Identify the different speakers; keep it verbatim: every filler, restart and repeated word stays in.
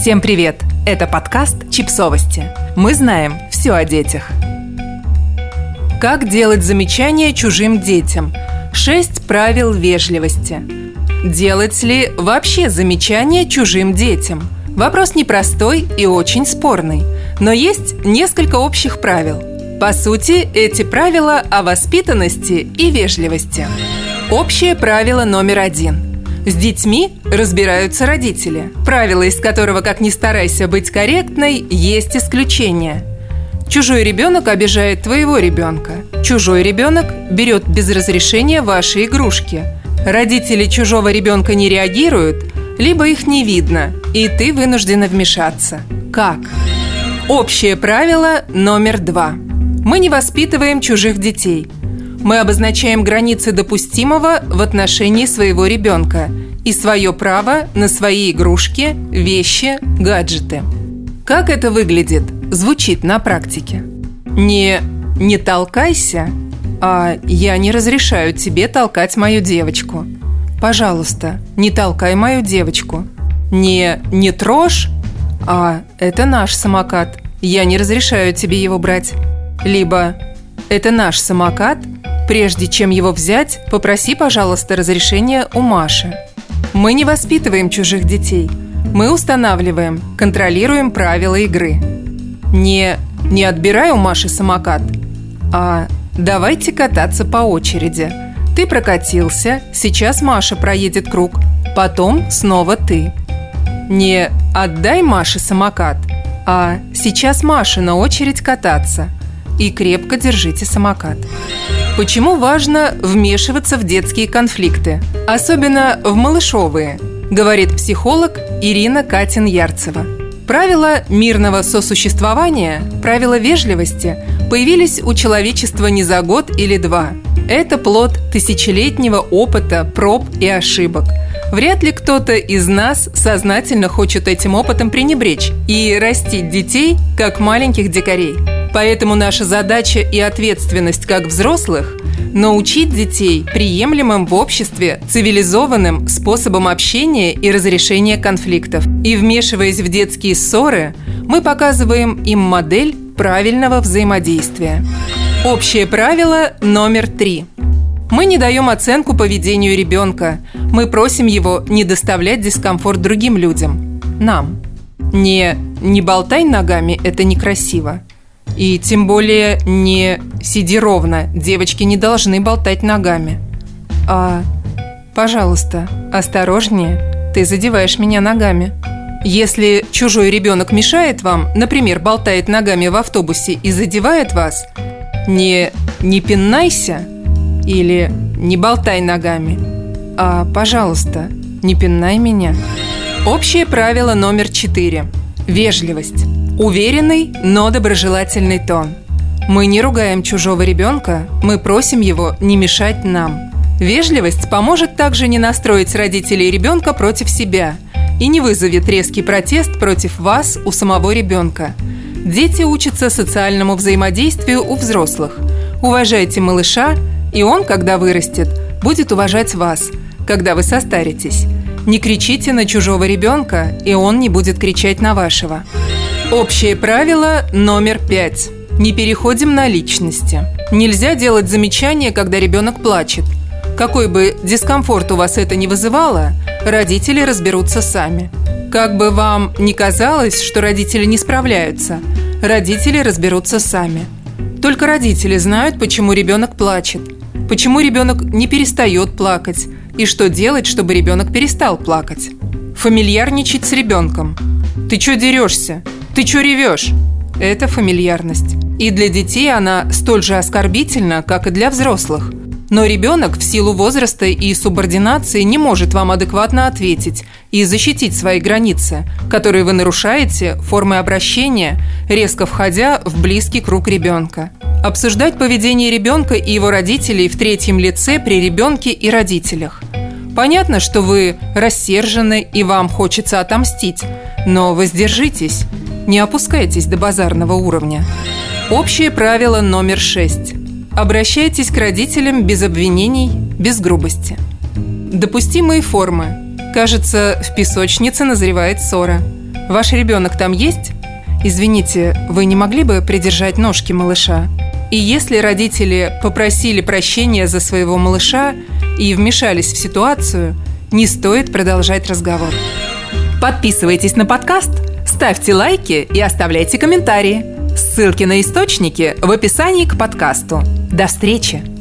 Speaker 1: Всем привет! Это подкаст «Чипсовости». Мы знаем все о детях. Как делать замечания чужим детям? Шесть правил вежливости. Делать ли вообще замечания чужим детям? Вопрос непростой и очень спорный, но есть несколько общих правил. По сути, эти правила о воспитанности и вежливости. Общее правило номер один. С детьми разбираются родители, правило из которого, как ни старайся быть корректной, есть исключение. Чужой ребенок обижает твоего ребенка. Чужой ребенок берет без разрешения ваши игрушки. Родители чужого ребенка не реагируют, либо их не видно, и ты вынуждена вмешаться. Как? Общее правило номер два. Мы не воспитываем чужих детей. Мы обозначаем границы допустимого в отношении своего ребенка и свое право на свои игрушки, вещи, гаджеты. Как это выглядит, звучит на практике? Не «не толкайся», а «я не разрешаю тебе толкать мою девочку». Пожалуйста, не толкай мою девочку. Не «не трожь», а «это наш самокат, я не разрешаю тебе его брать». Либо «это наш самокат, прежде чем его взять, попроси, пожалуйста, разрешения у Маши». Мы не воспитываем чужих детей. Мы устанавливаем, контролируем правила игры. Не «не отбирай у Маши самокат», а «давайте кататься по очереди. Ты прокатился, сейчас Маша проедет круг, потом снова ты». Не «отдай Маше самокат», а «сейчас Машина очередь кататься. И крепко держите самокат». Почему важно вмешиваться в детские конфликты, особенно в малышовые, говорит психолог Ирина Катин-Ярцева. Правила мирного сосуществования, правила вежливости появились у человечества не за год или два. Это плод тысячелетнего опыта, проб и ошибок. Вряд ли кто-то из нас сознательно хочет этим опытом пренебречь и растить детей, как маленьких дикарей. Поэтому наша задача и ответственность как взрослых – научить детей приемлемым в обществе цивилизованным способам общения и разрешения конфликтов. И вмешиваясь в детские ссоры, мы показываем им модель правильного взаимодействия. Общее правило номер три. Мы не даем оценку поведению ребенка. Мы просим его не доставлять дискомфорт другим людям. Нам. Не «не болтай ногами, это некрасиво». И тем более не «сиди ровно, девочки не должны болтать ногами». А «пожалуйста, осторожнее, ты задеваешь меня ногами». Если чужой ребенок мешает вам, например, болтает ногами в автобусе и задевает вас, не «не пинайся» или «не болтай ногами», а «пожалуйста, не пинай меня». Общее правило номер четыре. Вежливость. Уверенный, но доброжелательный тон. Мы не ругаем чужого ребенка, мы просим его не мешать нам. Вежливость поможет также не настроить родителей ребенка против себя и не вызовет резкий протест против вас у самого ребенка. Дети учатся социальному взаимодействию у взрослых. Уважайте малыша, и он, когда вырастет, будет уважать вас, когда вы состаритесь. Не кричите на чужого ребенка, и он не будет кричать на вашего. Общее правило номер пять. Не переходим на личности. Нельзя делать замечания, когда ребенок плачет. Какой бы дискомфорт у вас это ни вызывало, родители разберутся сами. Как бы вам ни казалось, что родители не справляются, родители разберутся сами. Только родители знают, почему ребенок плачет, почему ребенок не перестает плакать и что делать, чтобы ребенок перестал плакать. Фамильярничать с ребенком. «Ты чё дерешься? Ты чё ревешь?» Это фамильярность. И для детей она столь же оскорбительна, как и для взрослых. Но ребенок в силу возраста и субординации не может вам адекватно ответить и защитить свои границы, которые вы нарушаете формой обращения, резко входя в близкий круг ребенка. Обсуждать поведение ребенка и его родителей в третьем лице при ребенке и родителях. Понятно, что вы рассержены и вам хочется отомстить, но воздержитесь, не опускайтесь до базарного уровня. Общее правило номер шесть. Обращайтесь к родителям без обвинений, без грубости. Допустимые формы. Кажется, в песочнице назревает ссора. Ваш ребенок там есть? Извините, вы не могли бы придержать ножки малыша? И если родители попросили прощения за своего малыша и вмешались в ситуацию, не стоит продолжать разговор. Подписывайтесь на подкаст, ставьте лайки и оставляйте комментарии. Ссылки на источники в описании к подкасту. До встречи!